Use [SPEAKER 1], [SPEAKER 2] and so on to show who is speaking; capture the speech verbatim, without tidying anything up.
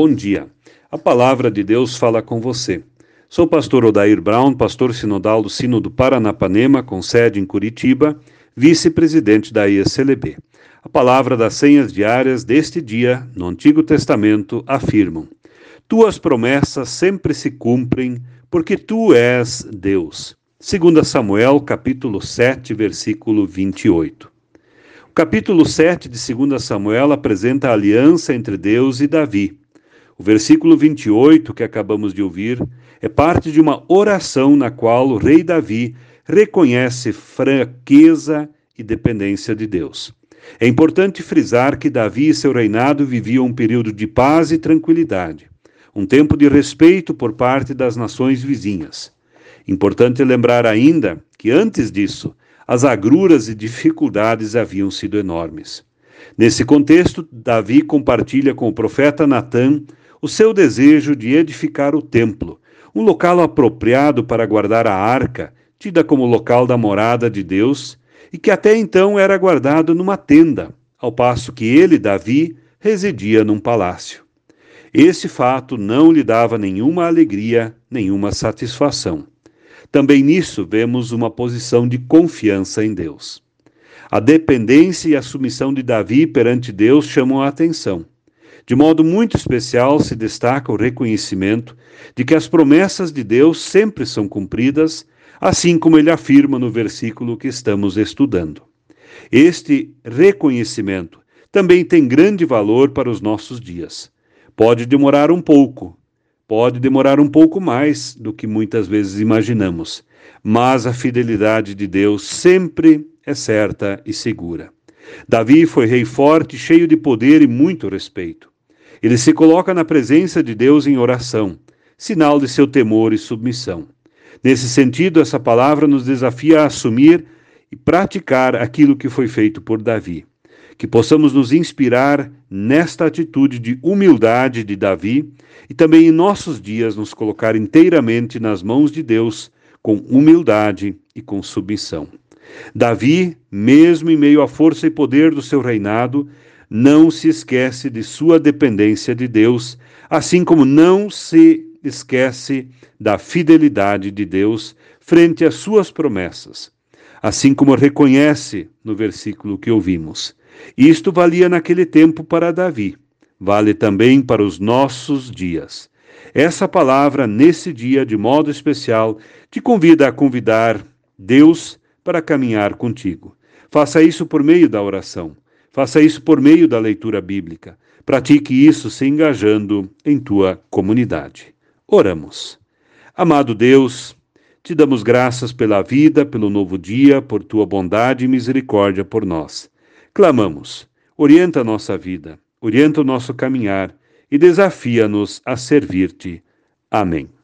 [SPEAKER 1] Bom dia. A palavra de Deus fala com você. Sou o pastor Odair Brown, pastor sinodal do Sínodo Paranapanema, com sede em Curitiba, vice-presidente da I E C L B. A palavra das senhas diárias deste dia, no Antigo Testamento, afirmam: Tuas promessas sempre se cumprem, porque Tu és Deus. Segundo Samuel, capítulo sete, versículo vinte e oito. O capítulo sete de Segundo Samuel apresenta a aliança entre Deus e Davi. O versículo vinte e oito, que acabamos de ouvir, é parte de uma oração na qual o rei Davi reconhece fraqueza e dependência de Deus. É importante frisar que Davi e seu reinado viviam um período de paz e tranquilidade, um tempo de respeito por parte das nações vizinhas. Importante lembrar ainda que, antes disso, as agruras e dificuldades haviam sido enormes. Nesse contexto, Davi compartilha com o profeta Natã o seu desejo de edificar o templo, um local apropriado para guardar a arca, tida como local da morada de Deus, e que até então era guardado numa tenda, ao passo que ele, Davi, residia num palácio. Esse fato não lhe dava nenhuma alegria, nenhuma satisfação. Também nisso vemos uma posição de confiança em Deus. A dependência e a submissão de Davi perante Deus chamam a atenção. De modo muito especial se destaca o reconhecimento de que as promessas de Deus sempre são cumpridas, assim como ele afirma no versículo que estamos estudando. Este reconhecimento também tem grande valor para os nossos dias. Pode demorar um pouco, pode demorar um pouco mais do que muitas vezes imaginamos, mas a fidelidade de Deus sempre é certa e segura. Davi foi rei forte, cheio de poder e muito respeito. Ele se coloca na presença de Deus em oração, sinal de seu temor e submissão. Nesse sentido, essa palavra nos desafia a assumir e praticar aquilo que foi feito por Davi. Que possamos nos inspirar nesta atitude de humildade de Davi e também em nossos dias nos colocar inteiramente nas mãos de Deus com humildade e com submissão. Davi, mesmo em meio à força e poder do seu reinado, não se esquece de sua dependência de Deus, assim como não se esquece da fidelidade de Deus frente às suas promessas, assim como reconhece no versículo que ouvimos. Isto valia naquele tempo para Davi, vale também para os nossos dias. Essa palavra, nesse dia, de modo especial, te convida a convidar Deus para caminhar contigo. Faça isso por meio da oração. Faça isso por meio da leitura bíblica. Pratique isso se engajando em tua comunidade. Oramos. Amado Deus, te damos graças pela vida, pelo novo dia, por tua bondade e misericórdia por nós. Clamamos, orienta a nossa vida, orienta o nosso caminhar e desafia-nos a servir-te. Amém.